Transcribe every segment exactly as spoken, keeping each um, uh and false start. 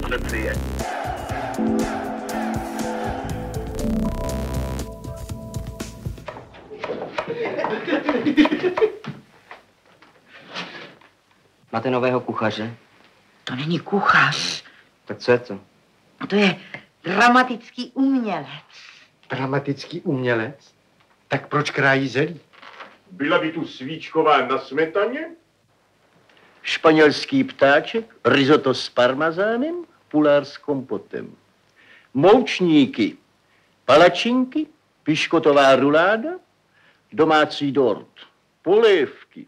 Přeci je. Máte nového kuchaře? To není kuchař. Tak co je to? To je dramatický umělec. Dramatický umělec? Tak proč krájí zelí? Byla by tu svíčková na smetaně? Španělský ptáček, risotto s parmazánem, pulár s kompotem. Moučníky, palačinky, piškotová ruláda, domácí dort, polévky,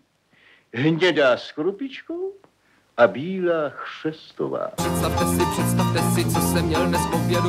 hnědá s krupičkou a bílá chřestová. Představte si, představte si, co jsem měl dnes v obědu.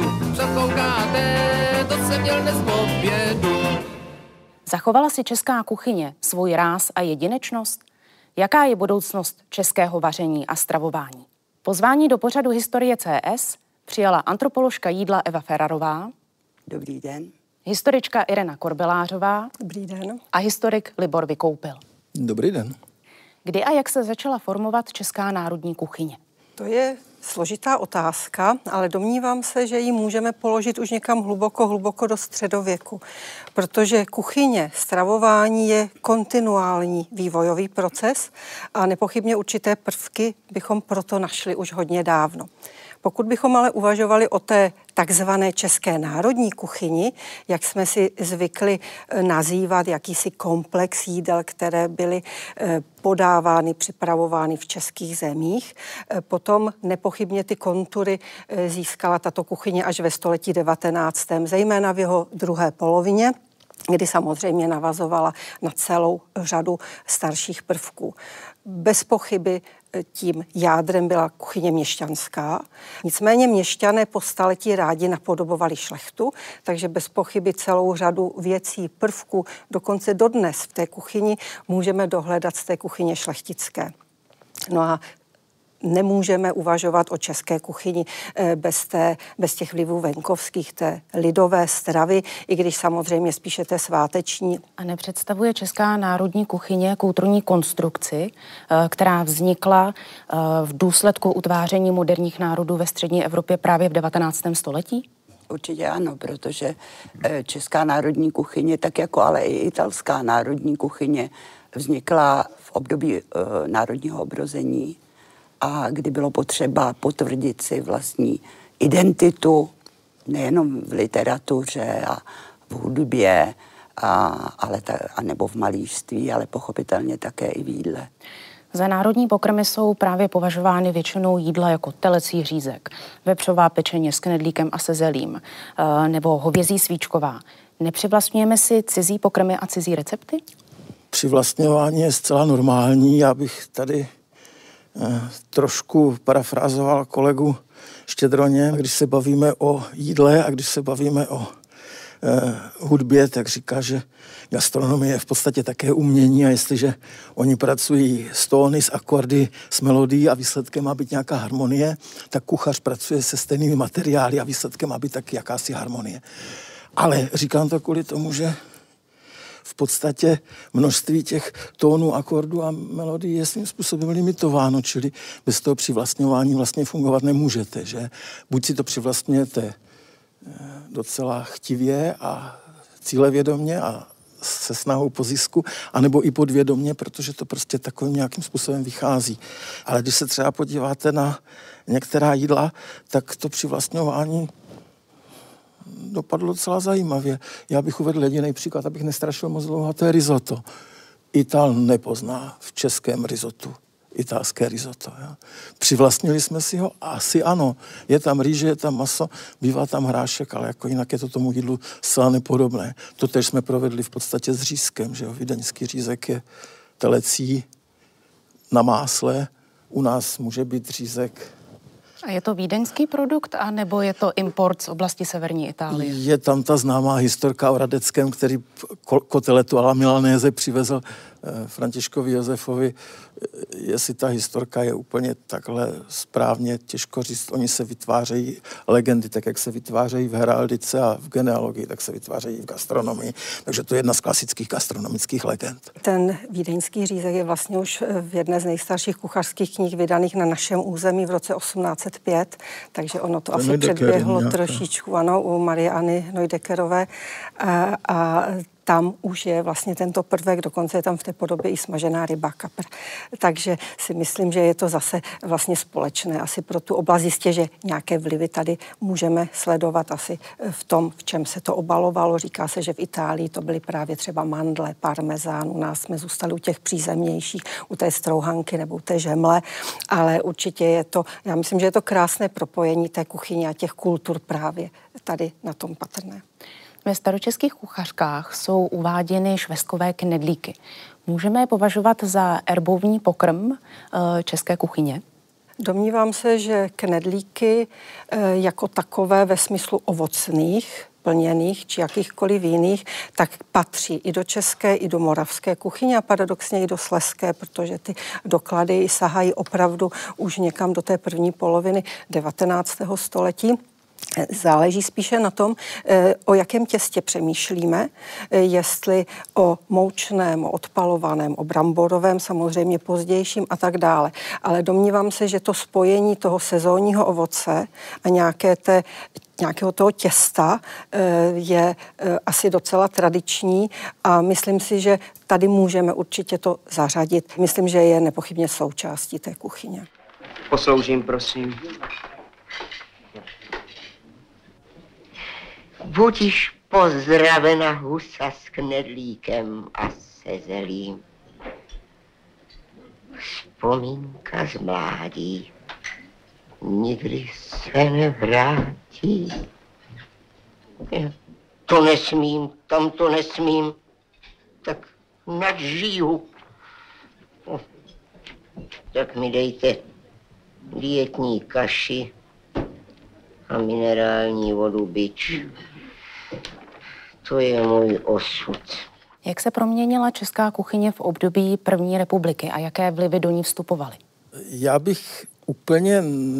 Předkoukáte, to jsem měl dnes v obědu. Zachovala si česká kuchyně svůj ráz a jedinečnost? Jaká je budoucnost českého vaření a stravování? Pozvání do pořadu Historie C S přijala antropoložka jídla Eva Ferarová. Dobrý den. Historička Irena Korbelářová. Dobrý den. A historik Libor Vykoupil. Dobrý den. Kdy a jak se začala formovat česká národní kuchyně? To je složitá otázka, ale domnívám se, že ji můžeme položit už někam hluboko, hluboko do středověku, protože kuchyně, stravování je kontinuální vývojový proces a nepochybně určité prvky bychom proto našli už hodně dávno. Pokud bychom ale uvažovali o té takzvané české národní kuchyni, jak jsme si zvykli nazývat jakýsi komplex jídel, které byly podávány, připravovány v českých zemích, potom nepochybně ty kontury získala tato kuchyně až ve století devatenáctém, zejména v jeho druhé polovině, kdy samozřejmě navazovala na celou řadu starších prvků. Bez pochyby tím jádrem byla kuchyně měšťanská. Nicméně měšťané po staletí rádi napodobovali šlechtu, takže bez pochyby celou řadu věcí, prvků, dokonce dodnes v té kuchyni můžeme dohledat z té kuchyně šlechtické. No a nemůžeme uvažovat o české kuchyni bez, té, bez těch vlivů venkovských, té lidové stravy, i když samozřejmě spíše té sváteční. A nepředstavuje česká národní kuchyně kulturní konstrukci, která vznikla v důsledku utváření moderních národů ve střední Evropě právě v devatenáctém století? Určitě ano, protože česká národní kuchyně, tak jako ale i italská národní kuchyně, vznikla v období národního obrození, a kdy bylo potřeba potvrdit si vlastní identitu, nejenom v literatuře a v hudbě, a, ale ta, a nebo v malířství, ale pochopitelně také i v jídle. Za národní pokrmy jsou právě považovány většinou jídla jako telecí řízek, vepřová pečeně s knedlíkem a se zelím, nebo hovězí svíčková. Nepřivlastňujeme si cizí pokrmy a cizí recepty? Přivlastňování je zcela normální. Já bych tady trošku parafrázoval kolegu Štědroně, když se bavíme o jídle a když se bavíme o eh, hudbě, tak říká, že gastronomie je v podstatě také umění a jestliže oni pracují s tóny, s akordy, s melodií a výsledkem má být nějaká harmonie, tak kuchař pracuje se stejnými materiály a výsledkem má být taky jakási harmonie. Ale říkám to kvůli tomu, že v podstatě množství těch tónů, akordů a melodií je svým způsobem limitováno, čili bez toho přivlastňování vlastně fungovat nemůžete, že? Buď si to přivlastňujete docela chtivě a cílevědomě a se snahou po zisku, anebo i podvědomě, protože to prostě takovým nějakým způsobem vychází. Ale když se třeba podíváte na některá jídla, tak to přivlastňování dopadlo docela zajímavě. Já bych uvedl jediný příklad, abych nestrašil moc dlouho, a to je risotto. Ital nepozná v českém risottu italské risotto. Ja. Přivlastnili jsme si ho? Asi ano. Je tam rýže, je tam maso, bývá tam hrášek, ale jako jinak je to tomu jídlu zcela nepodobné. To tež jsme provedli v podstatě s řízkem, že jo. Vídeňský řízek je telecí na másle, u nás může být řízek. A je to vídeňský produkt, anebo je to import z oblasti severní Itálie? Je tam ta známá historka o Radeckém, který koteletu alla milanéze přivezl Františkovi Josefovi, jestli ta historka je úplně takhle správně, těžko říct. Oni se vytvářejí legendy, tak jak se vytvářejí v heraldice a v genealogii, tak se vytvářejí v gastronomii. Takže to je jedna z klasických gastronomických legend. Ten vídeňský řízek je vlastně už v jedné z nejstarších kuchařských knih vydaných na našem území v roce osmnáct set pět, takže ono to, to asi předběhlo trošičku, ano, u Mariany Neudekerové. A, a tam už je vlastně tento prvek, dokonce je tam v té podobě i smažená ryba, kapr. Takže si myslím, že je to zase vlastně společné asi pro tu oblast. Jistě, že nějaké vlivy tady můžeme sledovat asi v tom, v čem se to obalovalo. Říká se, že v Itálii to byly právě třeba mandle, parmezán, u nás jsme zůstali u těch přízemnějších, u té strouhanky nebo u té žemle, ale určitě je to, já myslím, že je to krásné propojení té kuchyně a těch kultur právě tady na tom patrné. Ve staročeských kuchařkách jsou uváděny švestkové knedlíky. Můžeme je považovat za erbovní pokrm české kuchyně? Domnívám se, že knedlíky jako takové ve smyslu ovocných, plněných či jakýchkoliv jiných, tak patří i do české, i do moravské kuchyně a paradoxně i do slezské, protože ty doklady sahají opravdu už někam do té první poloviny devatenáctého století. Záleží spíše na tom, o jakém těstě přemýšlíme, jestli o moučném, o odpalovaném, o bramborovém, samozřejmě pozdějším a tak dále. Ale domnívám se, že to spojení toho sezónního ovoce a nějaké té nějakého toho těsta je asi docela tradiční a myslím si, že tady můžeme určitě to zařadit. Myslím, že je nepochybně součástí té kuchyně. Posloužím, prosím. Budiš pozdravena husa s knedlíkem a se zelím. Vzpomínka z mládí nikdy se nevrátí. To nesmím, tam to nesmím, tak nadžiju. Tak mi dejte dietní kaši a minerální vodu bič. To je můj osud. Jak se proměnila česká kuchyně v období první republiky a jaké vlivy do ní vstupovaly? Já bych úplně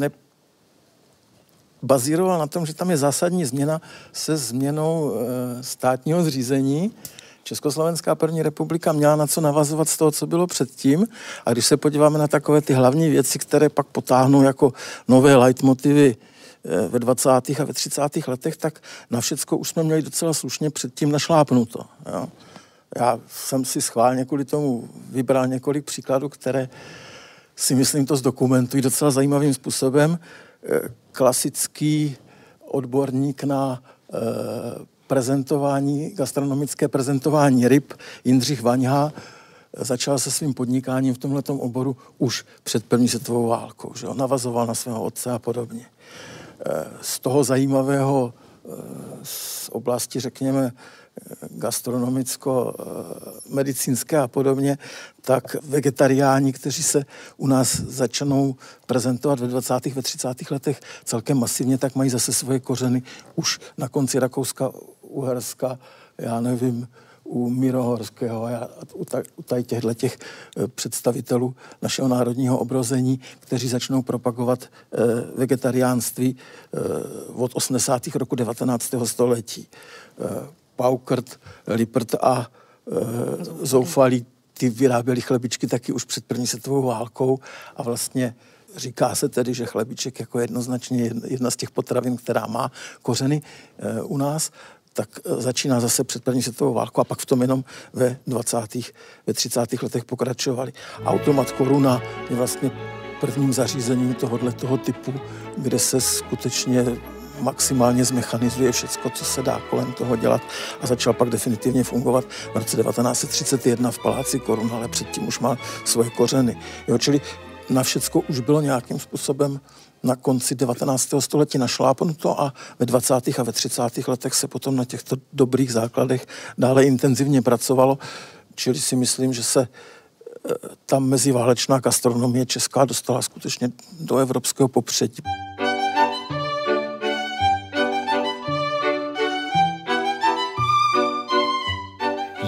nebazíroval na tom, že tam je zásadní změna se změnou e, státního zřízení. Československá první republika měla na co navazovat z toho, co bylo předtím. A když se podíváme na takové ty hlavní věci, které pak potáhnou jako nové leitmotivy ve dvacátých a ve třicátých letech, tak na všecko už jsme měli docela slušně předtím našlápnuto. Jo. Já jsem si schválně kvůli tomu vybral několik příkladů, které si myslím to zdokumentují docela zajímavým způsobem. Klasický odborník na eh, prezentování, gastronomické prezentování ryb, Jindřich Vaňha, začal se svým podnikáním v tomhletom oboru už před první světovou válkou. Že jo? Navazoval na svého otce a podobně. Z toho zajímavého z oblasti, řekněme, gastronomicko-medicínské a podobně, tak vegetariáni, kteří se u nás začnou prezentovat ve dvacátých, ve třicátých letech celkem masivně, tak mají zase svoje kořeny už na konci Rakouska, Uherska, já nevím, u Mírohorského a u tady těchto těch představitelů našeho národního obrození, kteří začnou propagovat eh, vegetariánství eh, od osmdesátých roku devatenáctého století. Eh, Paukert, Lippert a eh, Zoufalí, ty vyráběli chlebičky taky už před první světovou válkou a vlastně říká se tedy, že chlebiček jako jednoznačně jedna z těch potravin, která má kořeny eh, u nás, tak začíná zase před první světovou válkou a pak v tom jenom ve dvacátých, ve třicátých letech pokračovali. Automat Koruna je vlastně prvním zařízením tohoto typu, kde se skutečně maximálně zmechanizuje všecko, co se dá kolem toho dělat a začal pak definitivně fungovat v roce devatenáct set třicet jedna v paláci Korun, ale předtím už má svoje kořeny. Jo, čili na všecko už bylo nějakým způsobem na konci devatenáctého století našlápnuto a ve dvacátých a ve třicátých letech se potom na těchto dobrých základech dále intenzivně pracovalo. Čili si myslím, že se ta meziválečná gastronomie česká dostala skutečně do evropského popředí.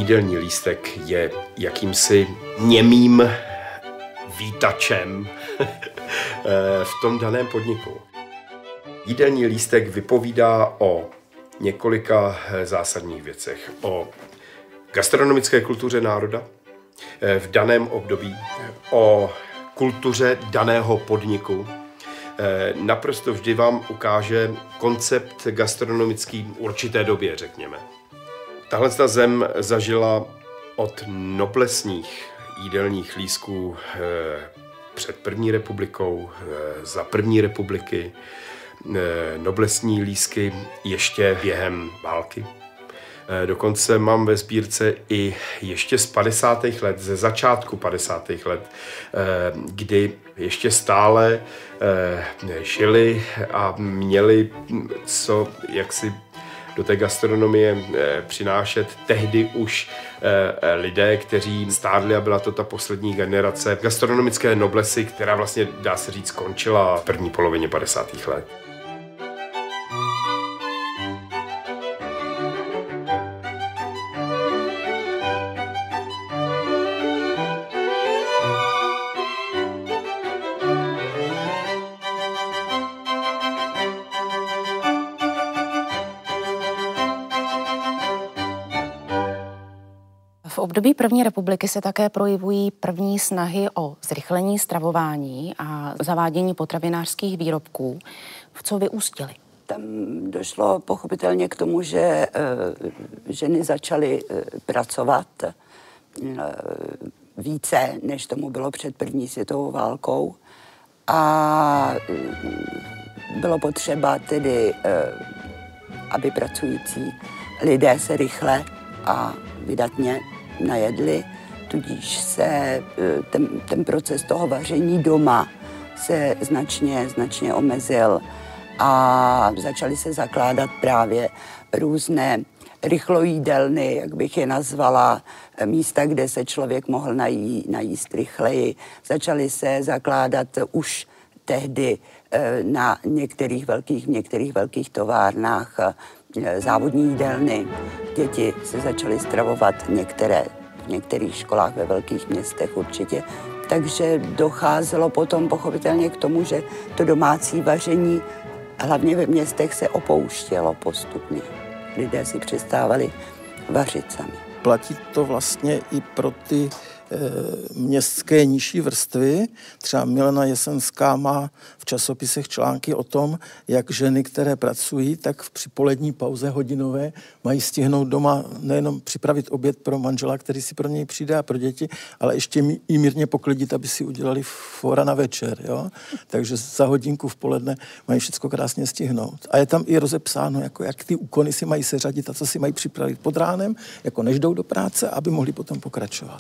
jídelní lístek je jakýmsi němým vítačem v tom daném podniku. Jídelní lístek vypovídá o několika zásadních věcech. O gastronomické kultuře národa v daném období, o kultuře daného podniku. Naprosto vždy vám ukáže koncept gastronomický určité době, řekněme. Tahle ta zem zažila od noblesních jídelních lístků před první republikou, za první republiky, noblesní lístky ještě během války. Dokonce mám ve sbírce i ještě z padesátých let, ze začátku padesátých let, kdy ještě stále žili a měli co jaksi do té gastronomie přinášet tehdy už lidé, kteří stárli a byla to ta poslední generace gastronomické noblesy, která vlastně, dá se říct, skončila v první polovině padesátých let. V období první republiky se také projevují první snahy o zrychlení stravování a zavádění potravinářských výrobků. V co vyústily? Tam došlo pochopitelně k tomu, že ženy začaly pracovat více, než tomu bylo před první světovou válkou. A bylo potřeba tedy, aby pracující lidé se rychle a vydatně najedli, tudíž se ten, ten proces toho vaření doma se značně, značně omezil a začaly se zakládat právě různé rychlojídelny, jak bych je nazvala, místa, kde se člověk mohl nají, najíst rychleji. Začaly se zakládat už tehdy na některých velkých, v některých velkých továrnách závodní jídelny. Děti se začaly stravovat některé, v některých školách ve velkých městech určitě. Takže docházelo potom pochopitelně k tomu, že to domácí vaření hlavně ve městech se opouštělo postupně. Lidé si přestávali vařit sami. Platí to vlastně i pro ty e, městské nižší vrstvy. Třeba Milena Jesenská má v časopisech články o tom, jak ženy, které pracují, tak v připolední pauze hodinové mají stihnout doma nejenom připravit oběd pro manžela, který si pro něj přijde a pro děti, ale ještě i mírně poklidit, aby si udělali fora na večer. Jo? Takže za hodinku v poledne mají všechno krásně stihnout. A je tam i rozepsáno, jako jak ty úkony si mají seřadit a co si mají připravit pod ránem, jako než jdou do práce, aby mohli potom pokračovat.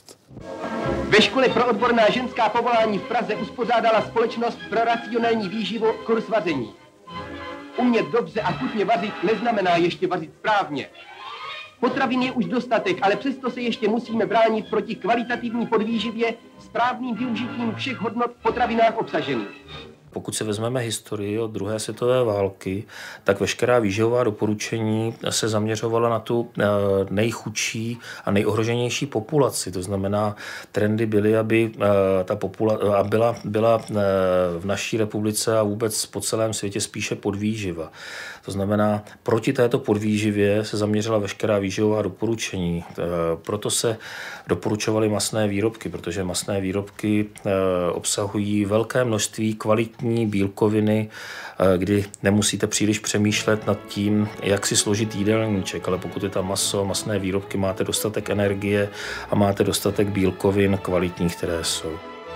Ve škole pro odborná ženská povolání v Praze uspořádala společnost pro racionální výživu kurz vaření. Umět dobře a chutně vařit neznamená ještě vařit správně. Potravin je už dostatek, ale přesto se ještě musíme bránit proti kvalitativní podvýživě správným využitím všech hodnot v potravinách obsažených. Pokud se vezmeme historii od druhé světové války, tak veškerá výživová doporučení se zaměřovala na tu nejchudší a nejohroženější populaci. To znamená, trendy byly, aby ta popula- byla, byla v naší republice a vůbec po celém světě spíše podvýživa. To znamená, proti této podvýživě se zaměřila veškerá výživová doporučení. Proto se doporučovaly masné výrobky, protože masné výrobky obsahují velké množství kvalitní bílkoviny, kdy nemusíte příliš přemýšlet nad tím, jak si složit jídelníček, ale pokud je tam maso, masné výrobky, máte dostatek energie a máte dostatek bílkovin kvalitních, které jsou.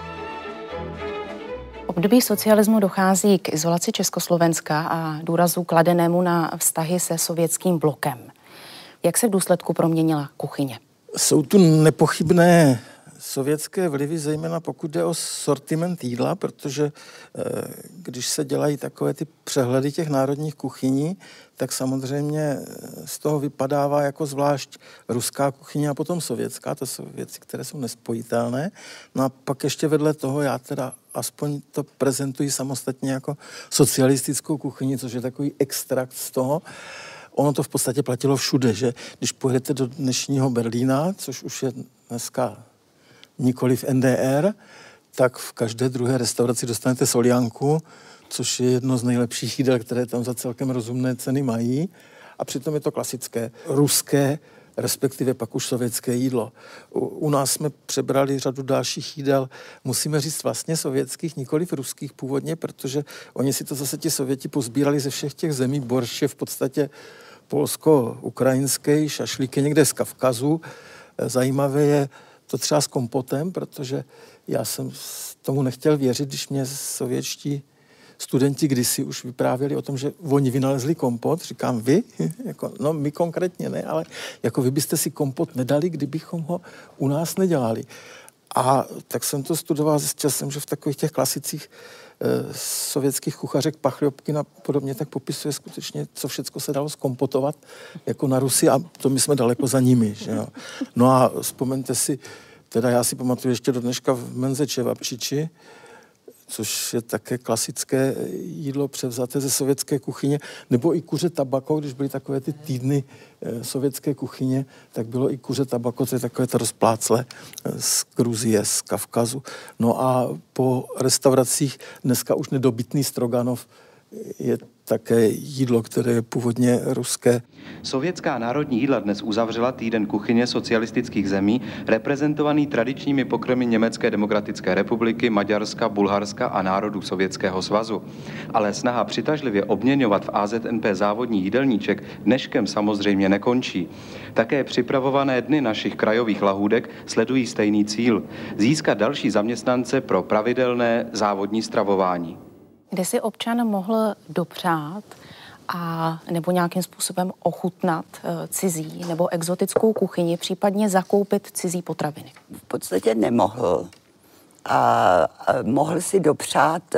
V období socialismu dochází k izolaci Československa a důrazu kladenému na vztahy se sovětským blokem. Jak se v důsledku proměnila kuchyně? Jsou tu nepochybné sovětské vlivy, zejména pokud jde o sortiment jídla, protože když se dělají takové ty přehledy těch národních kuchyní, tak samozřejmě z toho vypadává jako zvlášť ruská kuchyně a potom sovětská. To jsou věci, které jsou nespojitelné. No a pak ještě vedle toho já teda aspoň to prezentuji samostatně jako socialistickou kuchyni, což je takový extrakt z toho. ono to v podstatě platilo všude, že když pojedete do dnešního Berlína, což už je dneska nikoliv N D R, tak v každé druhé restauraci dostanete soljanku, což je jedno z nejlepších jídel, které tam za celkem rozumné ceny mají. A přitom je to klasické ruské, respektive pak už sovětské jídlo. U, u nás jsme přebrali řadu dalších jídel, musíme říct vlastně sovětských, nikoliv ruských původně, protože oni si to zase ti Sověti pozbírali ze všech těch zemí. Borš je v podstatě polsko-ukrajinský, šašlík je někde z Kavkazu. Zajímavé je to třeba s kompotem, protože já jsem tomu nechtěl věřit, když mě sovětští studenti kdysi už vyprávěli o tom, že oni vynalezli kompot. Říkám, vy? jako, no, my konkrétně ne, ale jako vy byste si kompot nedali, kdybychom ho u nás nedělali. A tak jsem to studoval, zjistil jsem, že v takových těch klasicích eh, sovětských kuchařek Pachljobkin a podobně tak popisuje skutečně, co všecko se dalo zkompotovat jako na Rusy a to my jsme daleko za nimi. Že jo? No a vzpomeňte si, teda já si pamatuju ještě do dneška v menze čevapčiči, což je také klasické jídlo převzaté ze sovětské kuchyně, nebo i kuře tabako, když byly takové ty týdny e, sovětské kuchyně, tak bylo i kuře tabako, to je takové to rozplácle e, z Gruzie, z Kavkazu. No a po restauracích dneska už nedobytný stroganov je také jídlo, které je původně ruské. Sovětská národní jídla dnes uzavřela týden kuchyně socialistických zemí, reprezentovaný tradičními pokrmy Německé demokratické republiky, Maďarska, Bulharska a národů Sovětského svazu. Ale snaha přitažlivě obměňovat v A Z N P závodní jídelníček dneškem samozřejmě nekončí. Také připravované dny našich krajových lahůdek sledují stejný cíl – získat další zaměstnance pro pravidelné závodní stravování. Kde si občan mohl dopřát a nebo nějakým způsobem ochutnat cizí nebo exotickou kuchyni, případně zakoupit cizí potraviny? V podstatě nemohl. A, a mohl si dopřát a,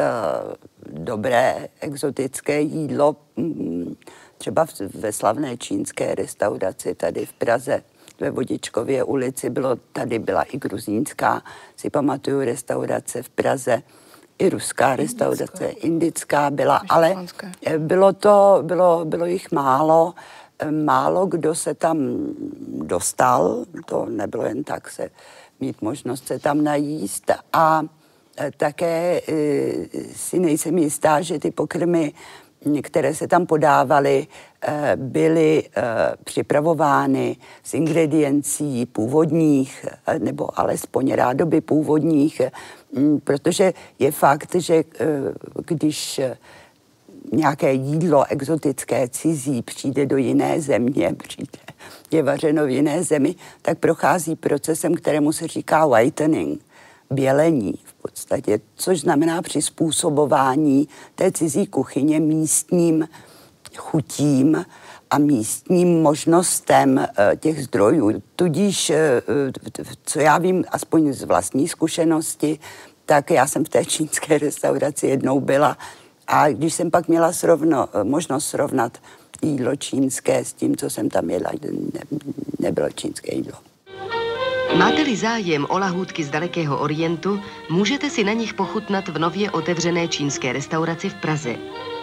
dobré exotické jídlo, třeba v, ve slavné čínské restauraci tady v Praze. Ve Vodičkově ulici bylo, tady byla i gruzínská, si pamatuju, restaurace v Praze. I ruská restaurace, indická byla, ale bylo to, bylo, bylo jich málo, málo kdo se tam dostal, to nebylo jen tak se mít možnost se tam najíst a také si nejsem jistá, že ty pokrmy, které se tam podávaly, byly připravovány z ingrediencí původních, nebo alespoň rádoby původních, protože je fakt, že když nějaké jídlo exotické, cizí přijde do jiné země, přijde, je vařeno v jiné zemi, tak prochází procesem, kterému se říká whitening, bělení v podstatě, což znamená přizpůsobování té cizí kuchyně místním chutím a místním možnostem těch zdrojů. Tudíž, co já vím, aspoň z vlastní zkušenosti, tak já jsem v té čínské restauraci jednou byla a když jsem pak měla srovno, možnost srovnat jídlo čínské s tím, co jsem tam jedla, ne, nebylo čínské jídlo. Máte-li zájem o lahůdky z dalekého orientu, můžete si na nich pochutnat v nově otevřené čínské restauraci v Praze.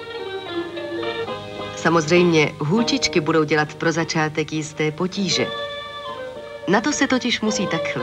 Samozřejmě hůlčičky budou dělat pro začátek jisté potíže. Na to se totiž musí takhle.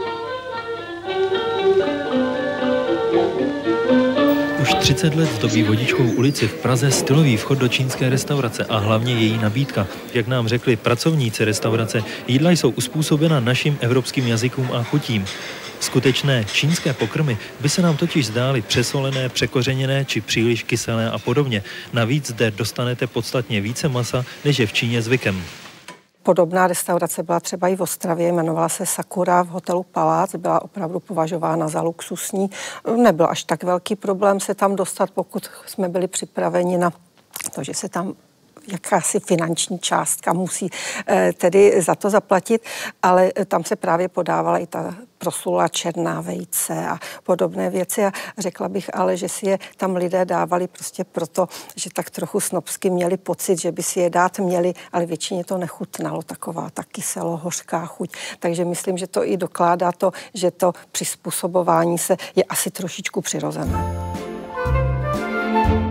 Už třicet let zdobí Vodičkovou ulici v Praze stylový vchod do čínské restaurace a hlavně její nabídka. Jak nám řekli pracovníci restaurace, jídla jsou uspůsobena našim evropským jazykům a chutím. Skutečné čínské pokrmy by se nám totiž zdály přesolené, překořeněné či příliš kyselé a podobně. Navíc zde dostanete podstatně více masa, než je v Číně zvykem. Podobná restaurace byla třeba i v Ostravě, jmenovala se Sakura v hotelu Palác, byla opravdu považována za luxusní. Nebyl až tak velký problém se tam dostat, pokud jsme byli připraveni na to, že se tam jakási finanční částka musí eh, tedy za to zaplatit, ale tam se právě podávala i ta proslulá černá vejce a podobné věci a řekla bych ale, že si je tam lidé dávali prostě proto, že tak trochu snobsky měli pocit, že by si je dát měli, ale většině to nechutnalo, taková ta kyselo-hořká chuť. Takže myslím, že to i dokládá to, že to přizpůsobování se je asi trošičku přirozené.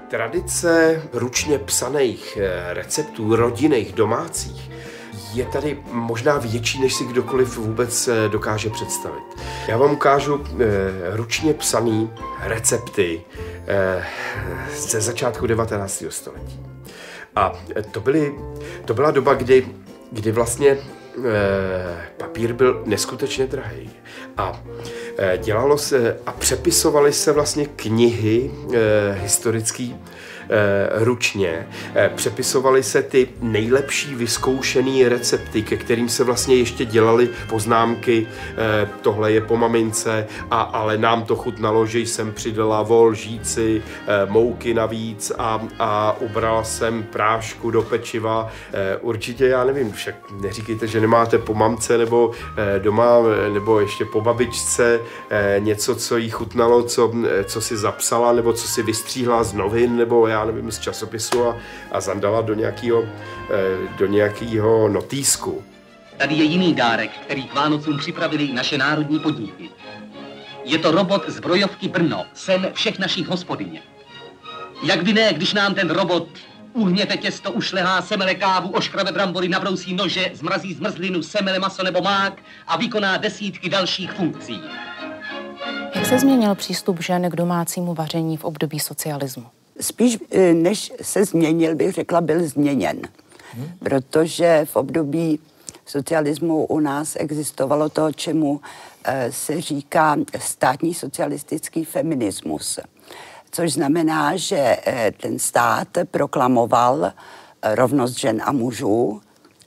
Tradice ručně psaných receptů, rodinných, domácích, je tady možná větší, než si kdokoliv vůbec dokáže představit. Já vám ukážu ručně psaný recepty ze začátku devatenáctého století. A to, byly, to byla doba, kdy, kdy vlastně papír byl neskutečně drahý. A dělalo se a přepisovaly se vlastně knihy historický ručně. Přepisovaly se ty nejlepší vyzkoušený recepty, ke kterým se vlastně ještě dělaly poznámky, tohle je po mamince, a, ale nám to chutnalo, že jsem přidala vol, žíci, mouky navíc a, a ubrala jsem prášku do pečiva. Určitě, já nevím, však neříkejte, že nemáte po mamce nebo doma, nebo ještě po babičce něco, co jí chutnalo, co, co si zapsala, nebo co si vystříhla z novin, nebo já nevím, z časopisu a, a zandala do nějakého, do nějakého notýsku. Tady je jiný dárek, který k Vánocům připravili naše národní podniky. Je to robot zbrojovky Brno, sen všech našich hospodyně. Jak by ne, když nám ten robot uhněte těsto, ušlehá, semele kávu, oškrabe brambory, nabrousí nože, zmrazí zmrzlinu, semele maso nebo mák a vykoná desítky dalších funkcí. Jak se změnil přístup žen k domácímu vaření v období socialismu? Spíš než se změnil, bych řekla, byl změněn. Hmm. Protože v období socialismu u nás existovalo to, čemu se říká státní socialistický feminismus. Což znamená, že ten stát proklamoval rovnost žen a mužů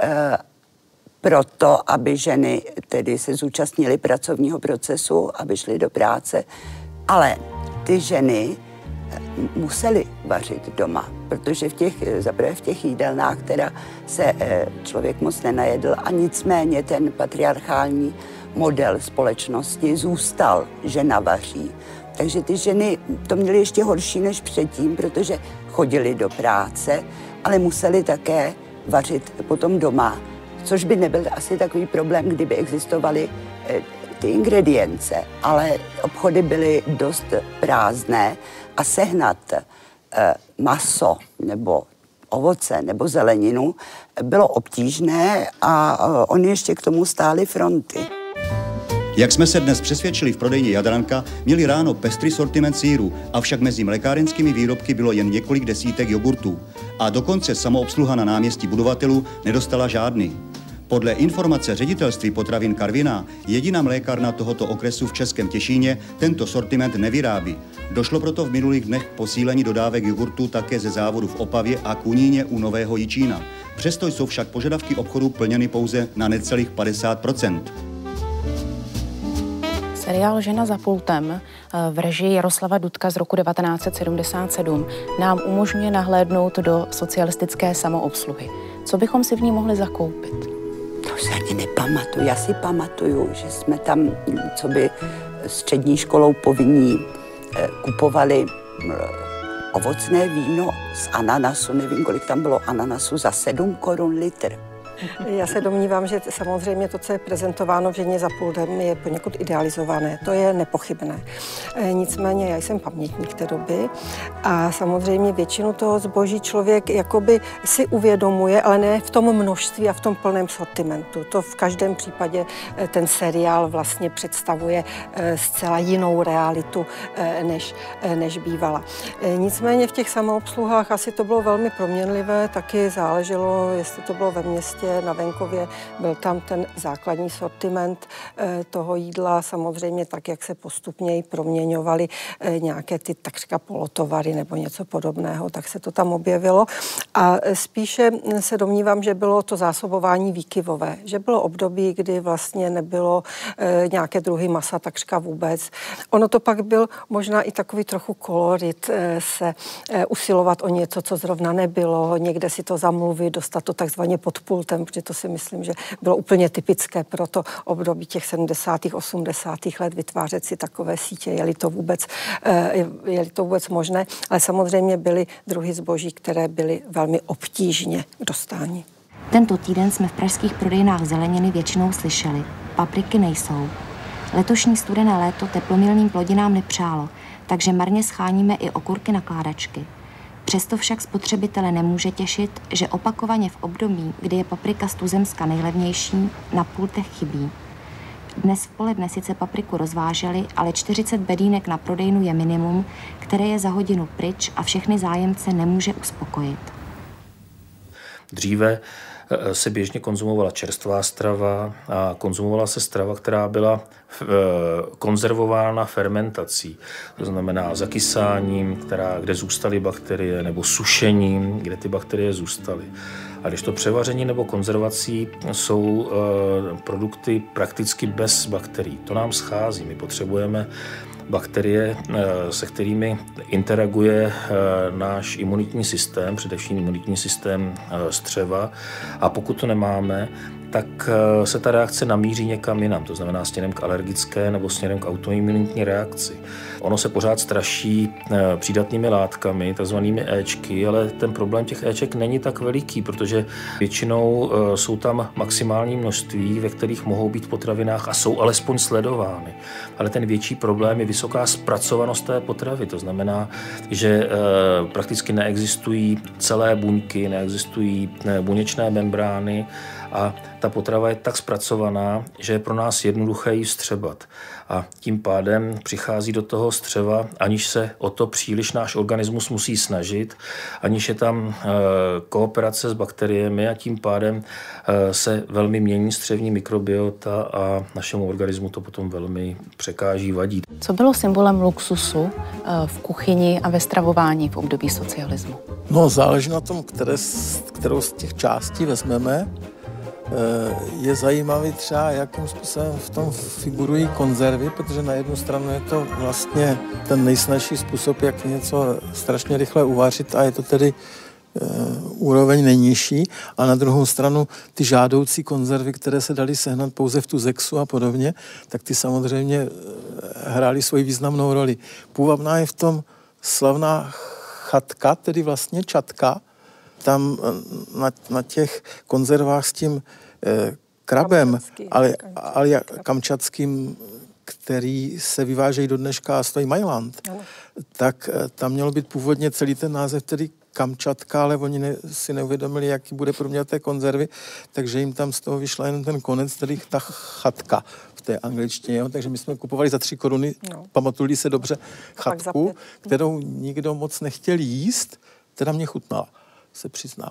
proto, aby ženy tedy se zúčastnily pracovního procesu, aby šly do práce. Ale ty ženy museli vařit doma, protože v těch, zaprvé v těch jídelnách teda se člověk moc nenajedl a nicméně ten patriarchální model společnosti zůstal, žena vaří. Takže ty ženy to měly ještě horší než předtím, protože chodily do práce, ale museli také vařit potom doma, což by nebyl asi takový problém, kdyby existovaly ty ingredience, ale obchody byly dost prázdné a sehnat eh, maso nebo ovoce nebo zeleninu bylo obtížné a eh, oni ještě k tomu stály fronty. Jak jsme se dnes přesvědčili v prodejně Jadranka, měli ráno pestrý sortiment sýru, avšak mezi mlékárenskými výrobky bylo jen několik desítek jogurtů. A dokonce samoobsluha na náměstí budovatelů nedostala žádný. Podle informace ředitelství potravin Karviná jediná mlékárna tohoto okresu v Českém Těšíně tento sortiment nevyrábí. Došlo proto v minulých dnech k posílení dodávek jogurtu také ze závodu v Opavě a Kuníně u Nového Jičína. Přesto jsou však požadavky obchodu plněny pouze na necelých padesát procent. Seriál Žena za pultem v režii Jaroslava Dudka z roku devatenáct set sedmdesát sedm nám umožňuje nahlédnout do socialistické samoobsluhy. Co bychom si v ní mohli zakoupit? To se ani nepamatuju. Já si pamatuju, že jsme tam, co by střední školou povinní, kupovali ovocné víno z ananasu. Nevím, kolik tam bylo ananasu, za sedm korun litr. Já se domnívám, že samozřejmě to, co je prezentováno v Ženě za pultem, je poněkud idealizované. To je nepochybné. Nicméně já jsem pamětník té doby a samozřejmě většinu toho zboží člověk jakoby si uvědomuje, ale ne v tom množství a v tom plném sortimentu. To v každém případě ten seriál vlastně představuje zcela jinou realitu, než, než bývala. Nicméně v těch samoobsluhách asi to bylo velmi proměnlivé, taky záleželo, jestli to bylo ve městě, na venkově, byl tam ten základní sortiment toho jídla, samozřejmě tak, jak se postupně proměňovaly nějaké ty takřka polotovary nebo něco podobného, tak se to tam objevilo. A spíše se domnívám, že bylo to zásobování výkyvové, že bylo období, kdy vlastně nebylo nějaké druhy masa takřka vůbec. Ono to pak byl možná i takový trochu kolorit, se usilovat o něco, co zrovna nebylo, někde si to zamluvit, dostat to takzvaně pod pultem, protože to si myslím, že bylo úplně typické pro to období těch sedmdesátých, osmdesátých let vytvářet si takové sítě, je-li to vůbec, je-li to vůbec možné, ale samozřejmě byly druhy zboží, které byly velmi obtížně k dostání. Tento týden jsme v pražských prodejnách zeleniny většinou slyšeli. Papriky nejsou. Letošní studené léto teplomilným plodinám nepřálo, takže marně scháníme i okurky nakládačky. Přesto však spotřebitele nemůže těšit, že opakovaně v období, kdy je paprika z tuzemska nejlevnější, na pultech chybí. Dnes v poledne sice papriku rozváželi, ale čtyřicet bedínek na prodejnu je minimum, které je za hodinu pryč a všechny zájemce nemůže uspokojit. Dříve se běžně konzumovala čerstvá strava a konzumovala se strava, která byla konzervována fermentací. To znamená zakysáním, která, kde zůstaly bakterie, nebo sušením, kde ty bakterie zůstaly. A když to převaření nebo konzervací jsou e, produkty prakticky bez bakterií, to nám schází. My potřebujeme bakterie, e, se kterými interaguje e, náš imunitní systém, především imunitní systém e, střeva. A pokud to nemáme, tak se ta reakce namíří někam jinam, to znamená směrem k alergické nebo směrem k autoimunitní reakci. Ono se pořád straší přídatnými látkami, takzvanými éčky, ale ten problém těch éček není tak veliký, protože většinou jsou tam maximální množství, ve kterých mohou být v potravinách a jsou alespoň sledovány. Ale ten větší problém je vysoká zpracovanost té potravy, to znamená, že prakticky neexistují celé buňky, neexistují buněčné membrány, a ta potrava je tak zpracovaná, že je pro nás jednoduché ji vstřebat. A tím pádem přichází do toho střeva, aniž se o to příliš náš organismus musí snažit, aniž je tam e, kooperace s bakteriemi a tím pádem e, se velmi mění střevní mikrobiota a našemu organismu to potom velmi překáží, vadí. Co bylo symbolem luxusu e, v kuchyni a ve stravování v období socialismu? No, záleží na tom, které, kterou z těch částí vezmeme. Je zajímavý třeba, jakým způsobem v tom figurují konzervy, protože na jednu stranu je to vlastně ten nejsnažší způsob, jak něco strašně rychle uvařit a je to tedy e, úroveň nejnižší. A na druhou stranu ty žádoucí konzervy, které se daly sehnat pouze v tu Zexu a podobně, tak ty samozřejmě hrály svoji významnou roli. Půvabná je v tom slavná chatka, tedy vlastně čatka. Tam na, na těch konzervách s tím eh, krabem, ale, ale kamčatským, který se vyvážejí do dneška a stojí Mailand, ano. tak eh, tam mělo být původně celý ten název, tedy Kamčatka, ale oni ne, si neuvědomili, jaký bude průměr té konzervy, takže jim tam z toho vyšla jenom ten konec, tedy ta chatka v té angličtině. Jo? Takže my jsme kupovali za tři koruny, no. pamatuji se dobře, chatku, kterou nikdo moc nechtěl jíst, teda mě chutnala, se přiznám.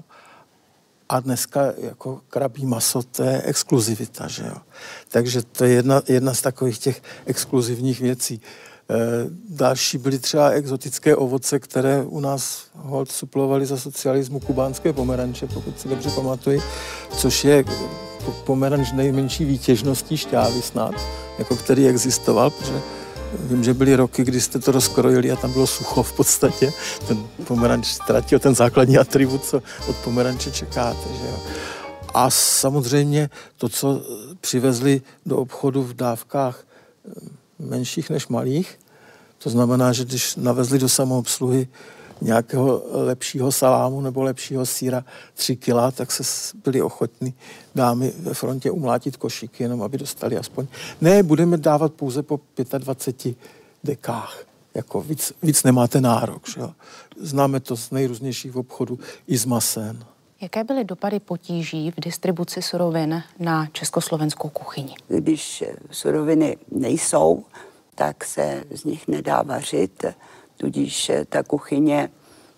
A dneska jako krabí maso, to je exkluzivita, že jo. Takže to je jedna, jedna z takových těch exkluzivních věcí. E, další byly třeba exotické ovoce, které u nás holt suplovali za socialismu kubánské pomeranče, pokud si dobře pamatuji, což je pomeranč nejmenší výtěžností šťávy snad, jako který existoval, protože vím, že byly roky, kdy jste to rozkrojili a tam bylo sucho v podstatě. Ten pomeranč ztratil ten základní atribut, co od pomeranče čekáte, že jo. A samozřejmě to, co přivezli do obchodu v dávkách menších než malých, to znamená, že když navezli do samoobsluhy nějakého lepšího salámu nebo lepšího sýra tři kila, tak se byli ochotní dámy ve frontě umlátit košíky, jenom aby dostali aspoň. Ne, budeme dávat pouze po dvaceti pěti dekách. Jako víc, víc nemáte nárok. Že? Známe to z nejrůznějších obchodů i z masén. Jaké byly dopady potíží v distribuci surovin na československou kuchyni? Když suroviny nejsou, tak se z nich nedá vařit. Tudíž ta kuchyně,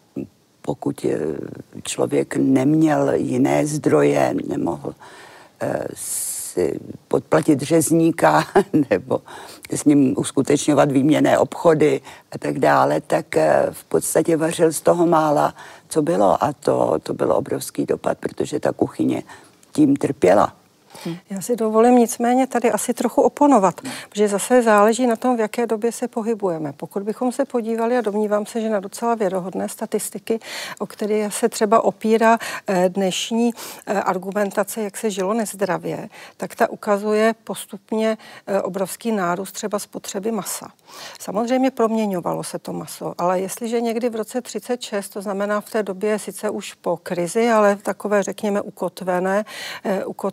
pokud člověk neměl jiné zdroje, nemohl si podplatit řezníka nebo s ním uskutečňovat výměnné obchody a tak dále, tak v podstatě vařil z toho mála, co bylo. A to, to byl obrovský dopad, protože ta kuchyně tím trpěla. Já si dovolím nicméně tady asi trochu oponovat, protože zase záleží na tom, v jaké době se pohybujeme. Pokud bychom se podívali, a domnívám se, že na docela věrohodné statistiky, o které se třeba opírá dnešní argumentace, jak se žilo nezdravě, tak ta ukazuje postupně obrovský nárůst třeba spotřeby masa. Samozřejmě proměňovalo se to maso, ale jestliže někdy v roce třicet šest, to znamená v té době sice už po krizi, ale takové, řekněme, ukotvené, ukotvené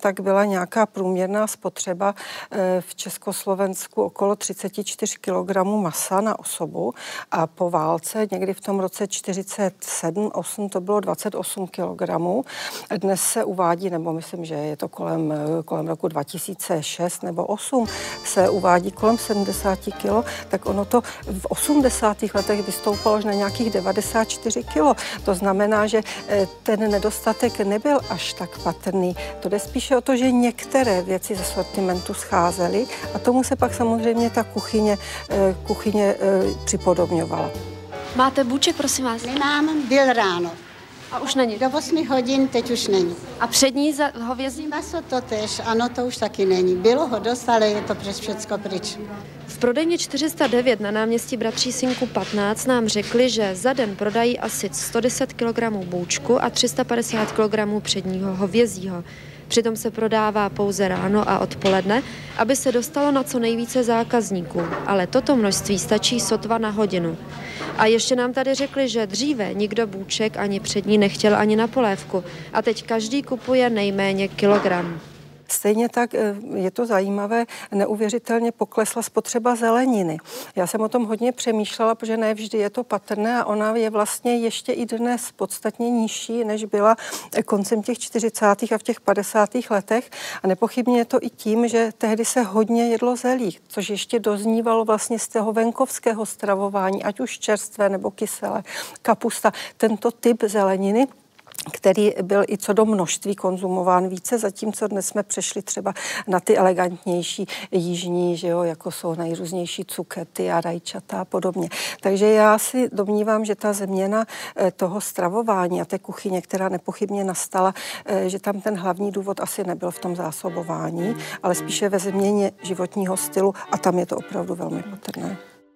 tak byla nějaká průměrná spotřeba v Československu okolo třicet čtyři kilogramů masa na osobu a po válce někdy v tom roce čtyřicet sedm osm to bylo dvacet osm kilogramů. Dnes se uvádí, nebo myslím, že je to kolem, kolem roku dva tisíce šest nebo osm, se uvádí kolem sedmdesát kilo, tak ono to v osmdesátých letech vystoupalo až na nějakých devadesát čtyři kilo. To znamená, že ten nedostatek nebyl až tak patrný. To jde spíše o to, že některé věci ze sortimentu scházely a tomu se pak samozřejmě ta kuchyně, kuchyně připodobňovala. Máte bůček, prosím vás? Nemám, byl ráno. A už není? Do osmi hodin, teď už není. A přední za hovězí? Maso to tež, ano, to už taky není. Bylo ho dost, ale je to přes všecko pryč. V prodejně čtyři sta devět na náměstí Bratří Synků patnáct nám řekli, že za den prodají asi sto deset kilogramů bůčku a tři sta padesát kilogramů předního hovězího. Přitom se prodává pouze ráno a odpoledne, aby se dostalo na co nejvíce zákazníků. Ale toto množství stačí sotva na hodinu. A ještě nám tady řekli, že dříve nikdo bůček ani přední nechtěl ani na polévku. A teď každý kupuje nejméně kilogram. Stejně tak je to zajímavé, neuvěřitelně poklesla spotřeba zeleniny. Já jsem o tom hodně přemýšlela, protože ne vždy je to patrné a ona je vlastně ještě i dnes podstatně nižší, než byla koncem těch čtyřicátých a v těch padesátých letech. A nepochybně je to i tím, že tehdy se hodně jedlo zelí, což ještě doznívalo vlastně z toho venkovského stravování, ať už čerstvé nebo kyselé, kapusta, tento typ zeleniny, který byl i co do množství konzumován více, zatímco dnes jsme přešli třeba na ty elegantnější jižní, že jo, jako jsou nejrůznější cukety a rajčata a podobně. Takže já si domnívám, že ta změna toho stravování a té kuchyně, která nepochybně nastala, že tam ten hlavní důvod asi nebyl v tom zásobování, ale spíše ve změně životního stylu a tam je to opravdu velmi patrné.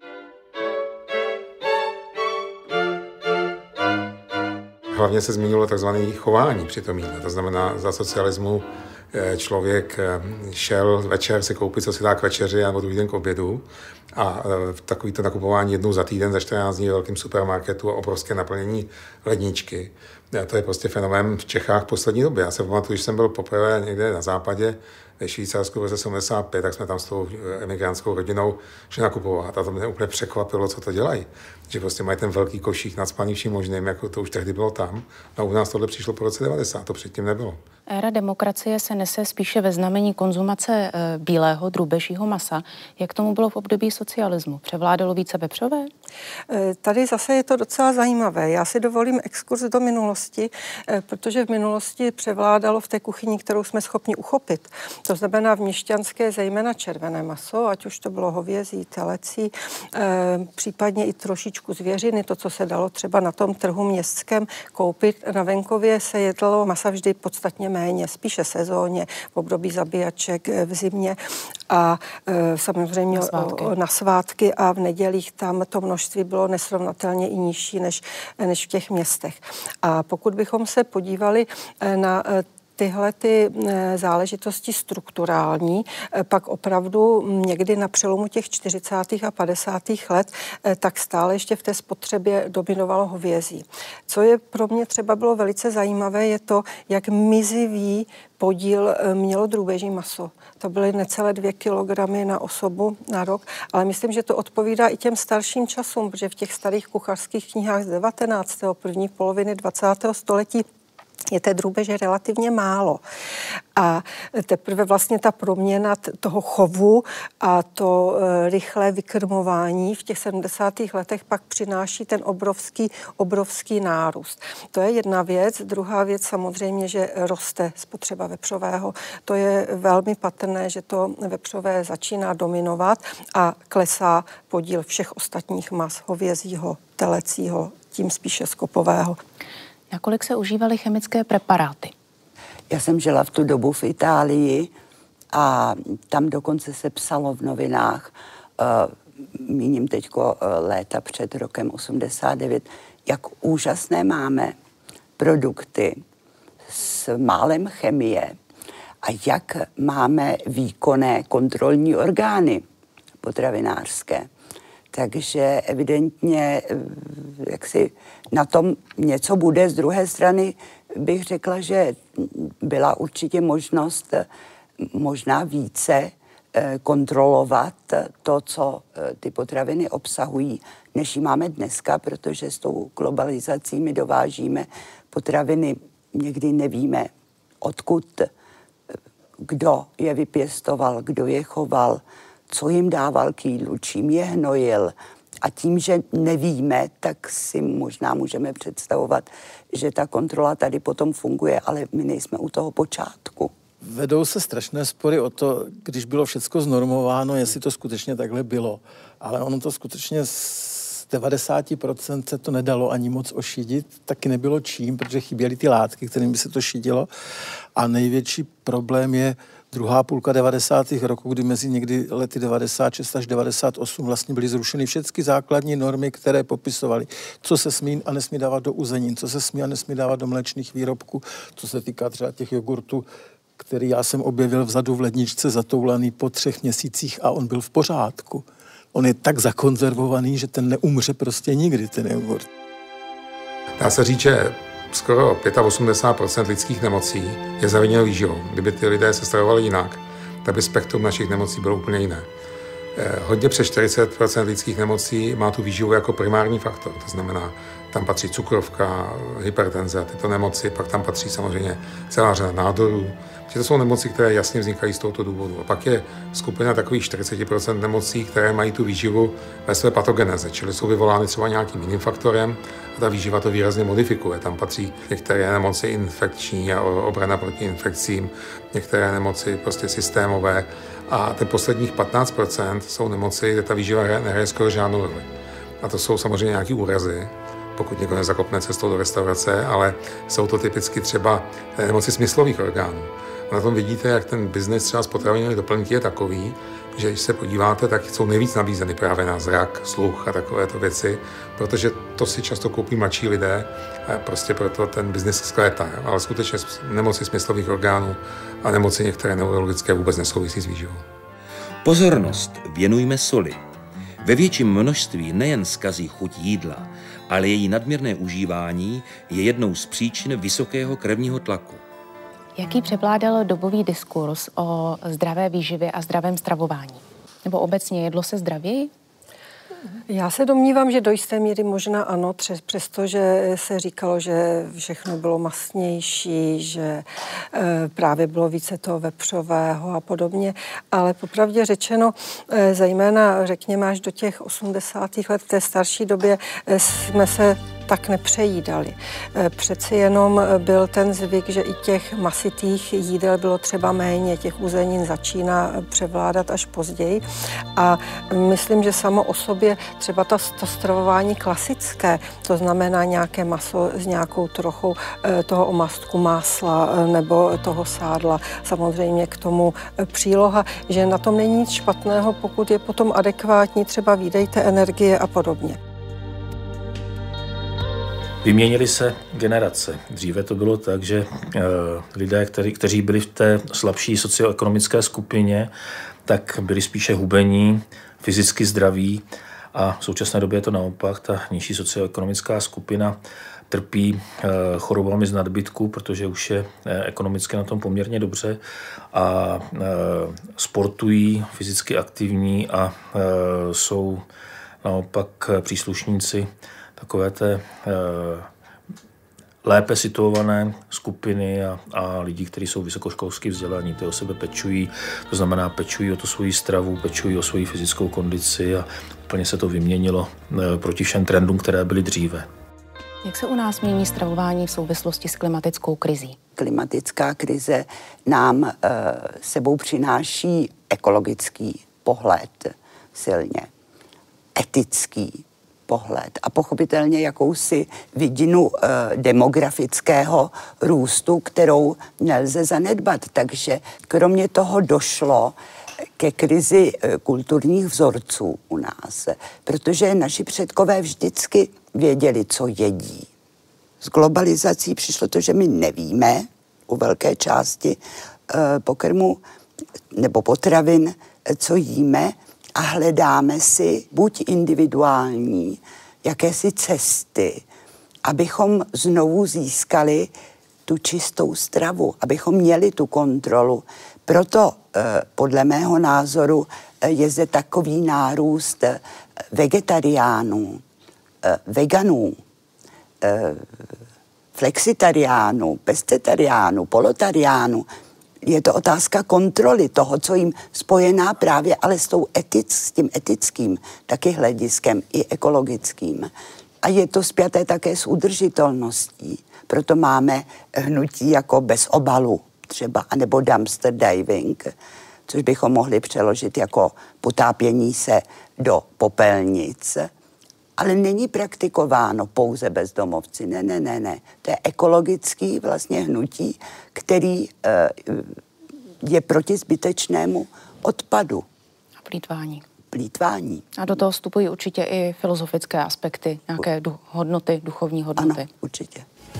Hlavně se změnilo takzvané chování při tom jídle. To znamená, za socialismu člověk šel večer si koupit, co si dá k večeři nebo druhý den k obědu a takový to nakupování jednou za týden za čtrnáct dní v velkém supermarketu a obrovské naplnění ledničky. To je prostě fenomén v Čechách v poslední době. Já se pamatuju, když jsem byl poprvé někde na západě, ve Švýcarsku v roce sedmdesát pět, tak jsme tam s tou emigrantskou rodinou šli nakupovat a to mě úplně překvapilo, co to dělají. Že prostě mají ten velký košík nacpaný vším možným, jako to už tehdy bylo tam. A u nás tohle přišlo po roce devadesát, to předtím nebylo. Éra demokracie se nese spíše ve znamení konzumace e, bílého drůbežího masa. Jak tomu bylo v období socialismu? Převládalo více vepřové? E, tady zase je to docela zajímavé. Já si dovolím exkurs do minulosti, e, protože v minulosti převládalo v té kuchyni, kterou jsme schopni uchopit. To znamená v měšťanské zejména červené maso, ať už to bylo hovězí, telecí, e, případně i trošičku zvěřiny, to, co se dalo třeba na tom trhu městském koupit. Na venkově se jedlo masa vždy podstatně méně, spíše sezóně, v období zabíjaček, v zimě a e, samozřejmě na svátky. O, na svátky a v nedělích tam to množství bylo nesrovnatelně i nižší než, než v těch městech. A pokud bychom se podívali na tyhle ty záležitosti strukturální, pak opravdu někdy na přelomu těch čtyřicátých a padesátých let, tak stále ještě v té spotřebě dominovalo hovězí. Co je pro mě třeba bylo velice zajímavé, je to, jak mizivý podíl mělo drůbeží maso. To byly necelé dvě kilogramy na osobu na rok, ale myslím, že to odpovídá i těm starším časům, protože v těch starých kuchařských knihách z devatenáctého první poloviny dvacátého století je té drůbeže relativně málo. A teprve vlastně ta proměna toho chovu a to rychlé vykrmování v těch sedmdesátých letech pak přináší ten obrovský, obrovský nárůst. To je jedna věc. Druhá věc samozřejmě, že roste spotřeba vepřového. To je velmi patrné, že to vepřové začíná dominovat a klesá podíl všech ostatních mas, hovězího, telecího, tím spíše skopového. Nakolik se užívaly chemické preparáty? Já jsem žila v tu dobu v Itálii a tam dokonce se psalo v novinách, uh, míním teďko uh, léta před rokem osmdesát devět, jak úžasné máme produkty s málem chemie a jak máme výkonné kontrolní orgány potravinářské. Takže evidentně, jak si na tom něco bude. Z druhé strany bych řekla, že byla určitě možnost možná více kontrolovat to, co ty potraviny obsahují, než ji máme dneska, protože s tou globalizací my dovážíme potraviny, někdy nevíme, odkud, kdo je vypěstoval, kdo je choval, co jim dával k jídlu, čím je hnojil. A tím, že nevíme, tak si možná můžeme představovat, že ta kontrola tady potom funguje, ale my nejsme u toho počátku. Vedou se strašné spory o to, když bylo všecko znormováno, jestli to skutečně takhle bylo. Ale ono to skutečně z devadesát procent se to nedalo ani moc ošidit, taky nebylo čím, protože chyběly ty látky, kterým by se to šidilo. A největší problém je druhá půlka devadesátých roků, kdy mezi někdy lety devadesát šest až devadesát osm vlastně byly zrušeny všechny základní normy, které popisovaly, co se smí a nesmí dávat do uzenin, co se smí a nesmí dávat do mléčných výrobků, co se týká třeba těch jogurtů, který já jsem objevil vzadu v ledničce zatoulaný po třech měsících a on byl v pořádku. On je tak zakonzervovaný, že ten neumře prostě nikdy, ten jogurt. Dá se říct, že skoro osmdesát pět procent lidských nemocí je zaviněno výživou. Kdyby ty lidé se stravovali jinak, tak by spektrum našich nemocí bylo úplně jiné. Eh, hodně přes čtyřicet procent lidských nemocí má tu výživu jako primární faktor. To znamená, tam patří cukrovka, hypertenze a tyto nemoci, pak tam patří samozřejmě celá řada nádorů. To jsou nemoci, které jasně vznikají z tohoto důvodu. A pak je skupina takových čtyřicet procent nemocí, které mají tu výživu ve své patogeneze, čili jsou vyvolány třeba nějakým jiným faktorem a ta výživa to výrazně modifikuje. Tam patří některé nemoci infekční a obrana proti infekcím, některé nemoci prostě systémové a ten posledních patnáct procent jsou nemoci, kde ta výživa nehraje skoro žádnou roli. A to jsou samozřejmě nějaké úrazy, pokud někdo nezakopne cestou do restaurace, ale jsou to typicky třeba nemoci smyslových orgánů. Na tom vidíte, jak ten biznes třeba s potravinovými doplňky je takový, že když se podíváte, tak jsou nejvíc nabízeny právě na zrak, sluch a takovéto věci, protože to si často koupí mladší lidé a prostě proto ten biznes zkvétá. Ale skutečně nemoci smyslových orgánů a nemoci některé neurologické vůbec nesouvisí s výživou. Pozornost věnujme soli. Ve větším množství nejen zkazí chuť jídla, ale její nadměrné užívání je jednou z příčin vysokého krevního tlaku. Jaký převládal dobový diskurs o zdravé výživě a zdravém stravování? Nebo obecně jedlo se zdravěji? Já se domnívám, že do jisté míry možná ano, přestože se říkalo, že všechno bylo mastnější, že právě bylo více toho vepřového a podobně, ale popravdě řečeno, zejména řekněme až do těch osmdesátých let, v té starší době jsme se tak nepřejídali. Přeci jenom byl ten zvyk, že i těch masitých jídel bylo třeba méně, těch uzenin začíná převládat až později a myslím, že samo o sobě třeba ta, to stravování klasické, to znamená nějaké maso s nějakou trochou toho omastku másla nebo toho sádla, samozřejmě k tomu příloha, že na tom není nic špatného, pokud je potom adekvátní, třeba výdej té energie a podobně. Vyměnily se generace. Dříve to bylo tak, že e, lidé, který, kteří byli v té slabší socioekonomické skupině, tak byli spíše hubení, fyzicky zdraví a v současné době je to naopak. Ta nižší socioekonomická skupina trpí e, chorobami z nadbytku, protože už je e, ekonomicky na tom poměrně dobře a e, sportují, fyzicky aktivní a e, jsou naopak příslušníci takové té e, lépe situované skupiny a, a lidí, kteří jsou vysokoškolsky vzdělaní, ty o sebe pečují, to znamená pečují o tu svoji stravu, pečují o svoji fyzickou kondici a úplně se to vyměnilo e, proti všem trendům, které byly dříve. Jak se u nás mění stravování v souvislosti s klimatickou krizí? Klimatická krize nám e, sebou přináší ekologický pohled silně, etický pohled a pochopitelně jakousi vidinu e, demografického růstu, kterou nelze zanedbat. Takže kromě toho došlo ke krizi e, kulturních vzorců u nás, protože naši předkové vždycky věděli, co jedí. S globalizací přišlo to, že my nevíme u velké části e, pokrmu nebo potravin, co jíme, a hledáme si buď individuální jakési cesty, abychom znovu získali tu čistou stravu, abychom měli tu kontrolu. Proto podle mého názoru je zde takový nárůst vegetariánů, veganů, flexitariánů, pescetariánů, polotariánů. Je to otázka kontroly toho, co jim spojená právě ale s, tou etic, s tím etickým taky hlediskem i ekologickým. A je to spjaté také s udržitelností. Proto máme hnutí jako bez obalu třeba, anebo dumpster diving, což bychom mohli přeložit jako potápění se do popelnic. Ale není praktikováno pouze bezdomovci. Ne, ne, ne, ne. To je ekologický vlastně hnutí, který e, je proti zbytečnému odpadu. A plýtvání. Plýtvání. A do toho vstupují určitě i filozofické aspekty, nějaké du- hodnoty, duchovní hodnoty. Ano, určitě.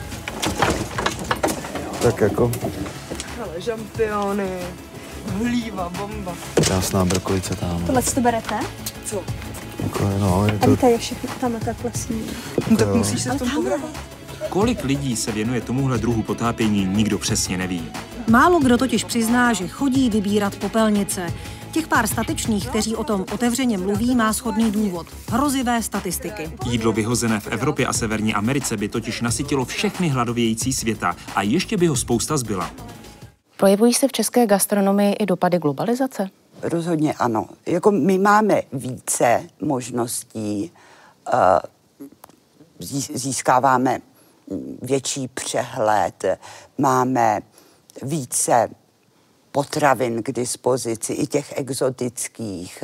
Tak jako? Ale žampiony, hlíva, bomba. Krásná brokolice tam. Tohle si to berete? Co? Jako, no, je A to... víte, je všechno tam takhle sní. No, tak musíš se v tom pograbovat. Kolik lidí se věnuje tomuhle druhu potápění, nikdo přesně neví. Málo kdo totiž přizná, že chodí vybírat popelnice. Těch pár statečných, kteří o tom otevřeně mluví, má shodný důvod. Hrozivé statistiky. Jídlo vyhozené v Evropě a Severní Americe by totiž nasytilo všechny hladovějící světa a ještě by ho spousta zbyla. Projevují se v české gastronomii i dopady globalizace? Rozhodně ano. Jako my máme více možností, získáváme větší přehled, máme více potravin k dispozici, i těch exotických,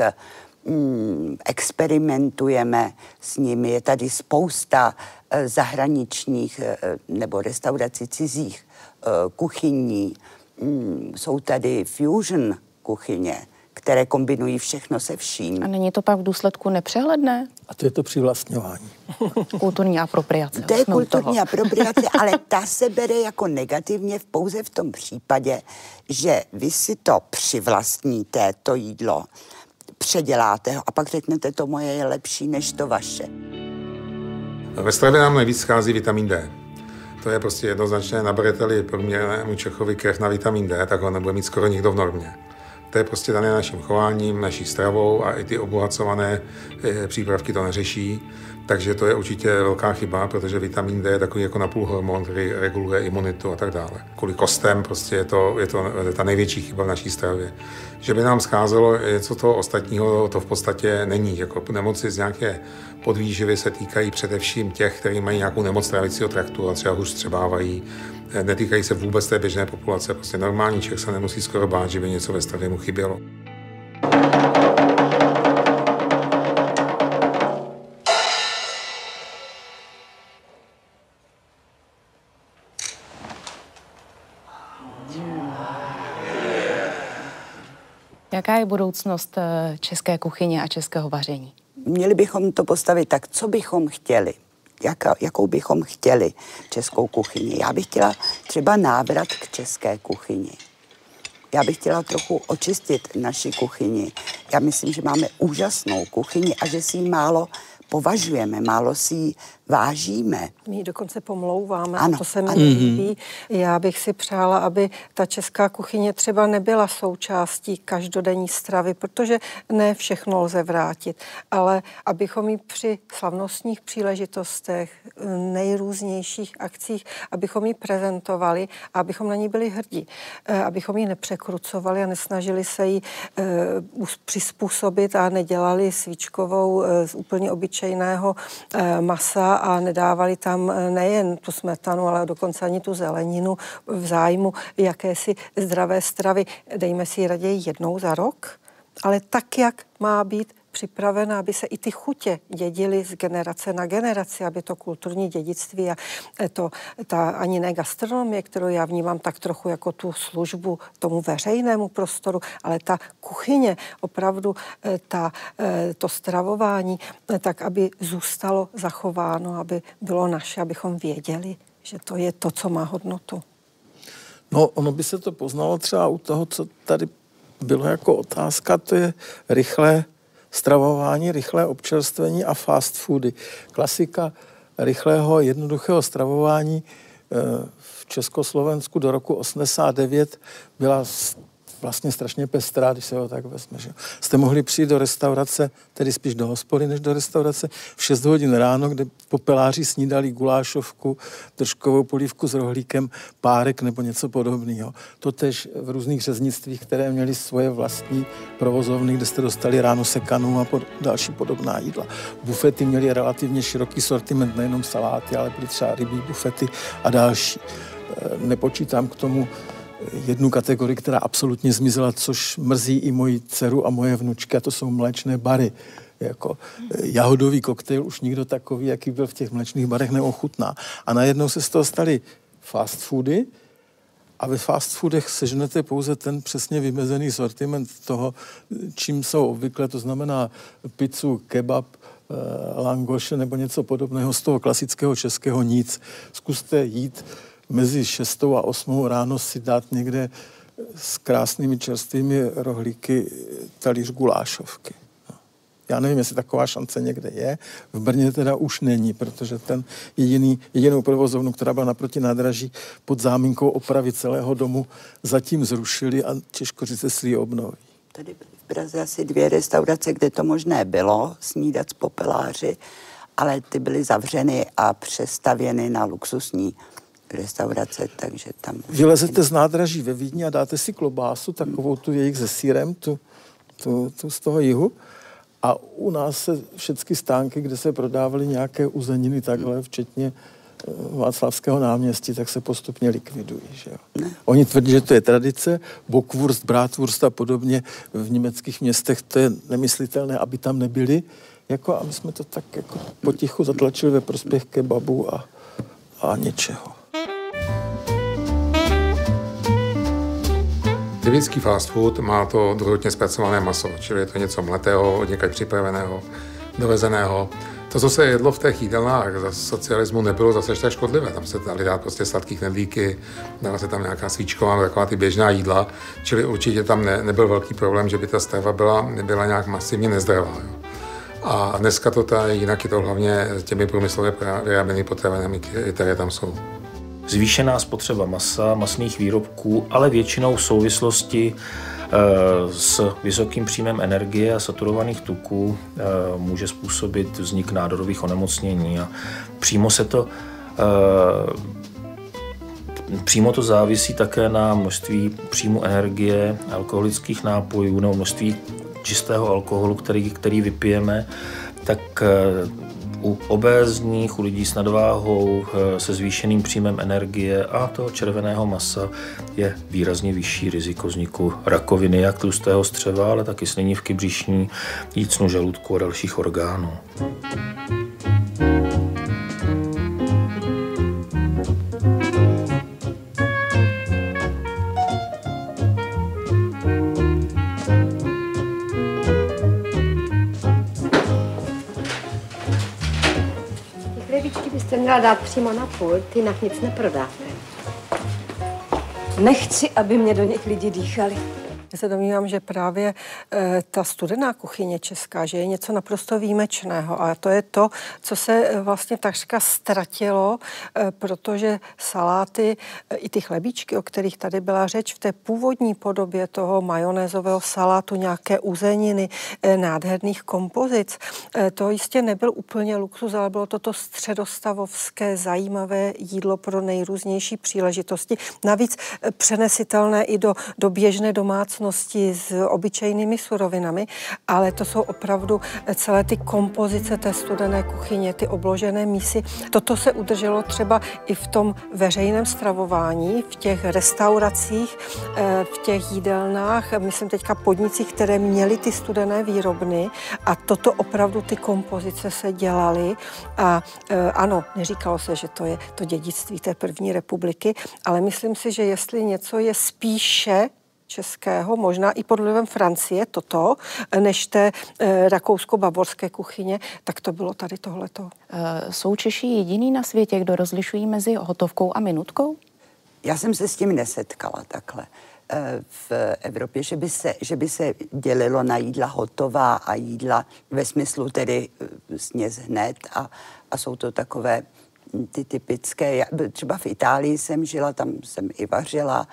experimentujeme s nimi. Je tady spousta zahraničních nebo restaurací cizích kuchyní. Jsou tady fusion kuchyně, které kombinují všechno se vším. A není to pak v důsledku nepřehledné? A to je to přivlastňování. Kulturní apropriace. To je kulturní apropriace, ale ta se bere jako negativně pouze v tom případě, že vy si to přivlastníte, to jídlo, předěláte ho a pak řeknete, to moje je lepší než to vaše. Ve stravě nám nejvíc schází vitamin D. To je prostě jednoznačné, naberete-li průměrnému Čechovi krev na vitamin D, tak ho nebude mít skoro nikdo v normě. To je prostě dané naším chováním, naší stravou a i ty obohacované přípravky to neřeší. Takže to je určitě velká chyba, protože vitamin D je takový jako napůl hormon, který reguluje imunitu a tak dále. Kvůli kostem prostě je to, je to ta největší chyba v naší stravě. Že by nám scházelo něco toho ostatního, to v podstatě není. Jako nemoci z nějaké podvýživy se týkají především těch, kteří mají nějakou nemoc trávicího traktu a třeba hůř střebávají. Netýkají se vůbec té běžné populace. Prostě normální člověk se nemusí skoro bát, že by něco ve stravě mu chybělo. Jaká je budoucnost české kuchyně a českého vaření? Měli bychom to postavit tak, co bychom chtěli. Jaka, jakou bychom chtěli českou kuchyni. Já bych chtěla třeba návrat k české kuchyni. Já bych chtěla trochu očistit naši kuchyni. Já myslím, že máme úžasnou kuchyni a že si ji málo považujeme, málo si ji vážíme. My ji dokonce pomlouváme, ano, to se mi ano. líbí. Já bych si přála, aby ta česká kuchyně třeba nebyla součástí každodenní stravy, protože ne všechno lze vrátit, ale abychom ji při slavnostních příležitostech, nejrůznějších akcích, abychom ji prezentovali a abychom na ní byli hrdí. Abychom ji nepřekrucovali a nesnažili se ji uh, přizpůsobit a nedělali svíčkovou uh, z úplně obyčejného uh, masa a nedávali tam nejen tu smetanu, ale dokonce ani tu zeleninu v zájmu jakési zdravé stravy. Dejme si ji raději jednou za rok, ale tak, jak má být připravena, aby se i ty chutě dědily z generace na generaci, aby to kulturní dědictví a to, ta ani ne gastronomie, kterou já vnímám tak trochu jako tu službu tomu veřejnému prostoru, ale ta kuchyně, opravdu ta, to stravování, tak aby zůstalo zachováno, aby bylo naše, abychom věděli, že to je to, co má hodnotu. No, ono by se to poznalo třeba u toho, co tady bylo jako otázka, to je rychlé stravování, rychlé občerstvení a fast foody. Klasika rychlého, jednoduchého stravování v Československu do roku osmdesát devět byla vlastně strašně pestrá, když se ho tak vezme. Že? Jste mohli přijít do restaurace, tedy spíš do hospody než do restaurace, v šest hodin ráno, kde popeláři snídali gulášovku, držkovou polívku s rohlíkem, párek nebo něco podobného. Totež v různých řeznictvích, které měly svoje vlastní provozovny, kde jste dostali ráno sekanu a pod, další podobná jídla. Bufety měly relativně široký sortiment, nejenom saláty, ale byly třeba rybí bufety a další. Nepočítám k tomu jednu kategorii, která absolutně zmizela, což mrzí i moji dceru a moje vnučky, a to jsou mléčné bary. Jako jahodový koktejl už nikdo takový, jaký byl v těch mléčných barech, neochutná. A najednou se z toho staly fast foody a ve fast foodech sežnete pouze ten přesně vymezený sortiment toho, čím jsou obvykle, to znamená pizzu, kebab, langoše nebo něco podobného, z toho klasického českého nic. Zkuste jít mezi šestou a osmou ráno si dát někde s krásnými čerstvými rohlíky talíř gulášovky. No. Já nevím, jestli taková šance někde je. V Brně teda už není, protože ten jediný, jedinou provozovnu, která byla naproti nádraží pod záminkou opravy celého domu, zatím zrušili a těžko říct, jestli ji obnoví. Tady byly v Praze asi dvě restaurace, kde to možné bylo, snídat z popeláři, ale ty byly zavřeny a přestavěny na luxusní restaurace, takže tam... Vylezete z nádraží ve Vídni a dáte si klobásu, takovou tu jejich se sýrem, tu, tu, tu z toho jihu. A u nás se všechny stánky, kde se prodávaly nějaké uzeniny takhle, včetně Václavského náměstí, tak se postupně likvidují. Že jo? Oni tvrdí, že to je tradice, Bockwurst, Bratwurst a podobně v německých městech, to je nemyslitelné, aby tam nebyli. Jako, a my jsme to tak jako potichu zatlačili ve prospěch kebabu a, a něčeho. Typický fast food má to druhotně zpracované maso, čili je to něco mletého, od někaď připraveného, dovezeného. To, co se jedlo v těch jídelnách za socialismu, nebylo zase tak škodlivé. Tam se dali dát prostě sladký knedlíky, dala se tam nějaká svíčková, taková ty běžná jídla, čili určitě tam ne, nebyl velký problém, že by ta strava byla, nebyla nějak masivně nezdravá. Jo. A dneska to tady, jinak je to hlavně těmi průmyslově vyráběnými potravinami, které tam jsou. Zvýšená spotřeba masa, masných výrobků, ale většinou v souvislosti e, s vysokým příjmem energie a saturovaných tuků e, může způsobit vznik nádorových onemocnění. A přímo se to e, přímo to závisí také na množství příjmu energie, alkoholických nápojů, nebo množství čistého alkoholu, který, který vypijeme, tak e, u obézních, u lidí s nadváhou, se zvýšeným příjmem energie a toho červeného masa je výrazně vyšší riziko vzniku rakoviny, jak tlustého střeva, ale taky slinivky břišní, jícnu žaludku a dalších orgánů. Byste měla dát přímo na pult, jinak nic neprodáte. Nechci, aby mě do nich lidi dýchali. Já se domnívám, že právě e, ta studená kuchyně česká, že je něco naprosto výjimečného a to je to, co se e, vlastně takřka ztratilo, e, protože saláty, e, i ty chlebíčky, o kterých tady byla řeč, v té původní podobě toho majonézového salátu, nějaké uzeniny, e, nádherných kompozic, e, to jistě nebyl úplně luxus, ale bylo to to středostavovské zajímavé jídlo pro nejrůznější příležitosti. Navíc e, přenesitelné i do, do běžné domácnosti s obyčejnými surovinami, ale to jsou opravdu celé ty kompozice té studené kuchyně, ty obložené mísy. Toto se udrželo třeba i v tom veřejném stravování, v těch restauracích, v těch jídelnách, myslím teďka podnicích, které měly ty studené výrobny a toto opravdu ty kompozice se dělaly a ano, neříkalo se, že to je to dědictví té první republiky, ale myslím si, že jestli něco je spíše českého, možná i pod vlivem Francie toto, než té e, rakousko-bavorské kuchyně, tak to bylo tady tohleto. E, jsou Češi jediný na světě, kdo rozlišují mezi hotovkou a minutkou? Já jsem se s tím nesetkala takhle e, v Evropě, že by, se, že by se dělilo na jídla hotová a jídla ve smyslu tedy sněz hned a, a jsou to takové ty typické, třeba v Itálii jsem žila, tam jsem i vařila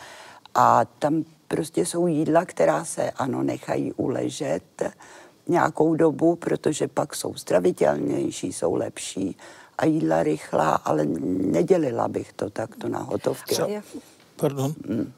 a tam prostě jsou jídla, která se, ano, nechají uležet nějakou dobu, protože pak jsou stravitelnější, jsou lepší a jídla rychlá, ale nedělila bych to takto na hotovky. Pardon.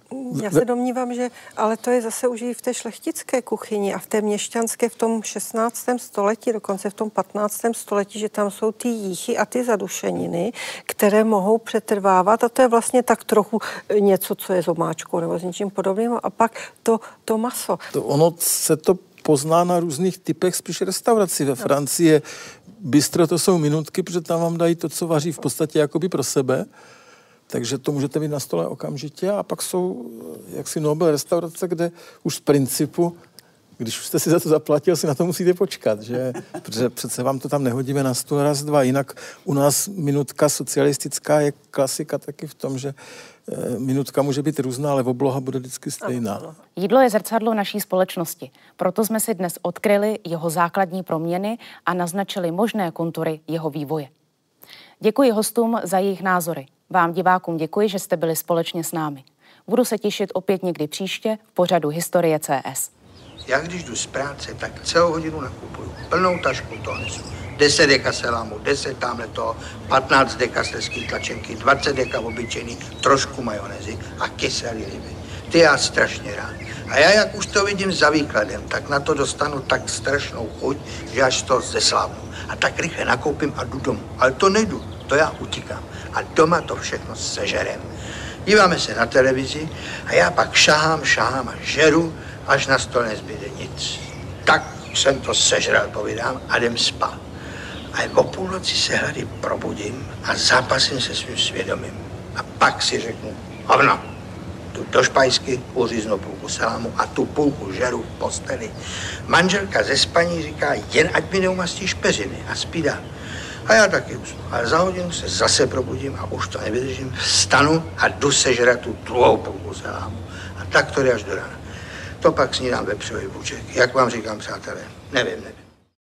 Já se domnívám, že ale to je zase už i v té šlechtické kuchyni a v té měšťanské v tom šestnáctém století, dokonce v tom patnáctém století, že tam jsou ty jíchy a ty zadušeniny, které mohou přetrvávat a to je vlastně tak trochu něco, co je s omáčkou nebo s něčím podobným a pak to, to maso. To ono se to pozná na různých typech spíš restaurací. Ve Francii je bistro, to jsou minutky, protože tam vám dají to, co vaří v podstatě jakoby pro sebe. Takže to můžete mít na stole okamžitě a pak jsou jaksi Nobel restaurace, kde už z principu, když už jste si za to zaplatil, si na to musíte počkat, že? Protože přece vám to tam nehodíme na stůl raz, dva. Jinak u nás minutka socialistická je klasika taky v tom, že minutka může být různá, ale obloha bude vždycky stejná. Jídlo je zrcadlo naší společnosti. Proto jsme si dnes odkryli jeho základní proměny a naznačili možné kontury jeho vývoje. Děkuji hostům za jejich názory. Vám divákům děkuji, že jste byli společně s námi. Budu se těšit opět někdy příště v pořadu Historie C S. Já když jdu z práce, tak celou hodinu nakupuju. Plnou tašku toho nesu. deset deka selámu, deset tamhle toho, patnáct deka slezský tlačenky, dvacet deka obyčejný, trošku majonézy a kyselý ryby. Ty já strašně rád. A já, jak už to vidím za výkladem, tak na to dostanu tak strašnou chuť, že až to zeslábnu. A tak rychle nakoupím a jdu domů. Ale to nejdu, to já utíkám. A doma to všechno sežerem. Díváme se na televizi a já pak šahám, šahám a žeru, až na stole nezbyde nic. Tak jsem to sežral, povídám, a jdem spát. A o půlnoci se hlady probudím a zápasím se svým svědomím. A pak si řeknu, hovno, tu do špajsky uříznu půlku salámu a tu půlku žeru v posteli. Manželka ze spaní říká, jen ať mi neumastíš peřiny a spí dál. A já taky usnu. Ale za hodinu se zase probudím a už to nevydržím. Vstanu a jdu sežrat tu druhou půlku salámu. A tak to jde až do rána. To pak snídám vepřový buček. Jak vám říkám, přátelé, nevím, nevím.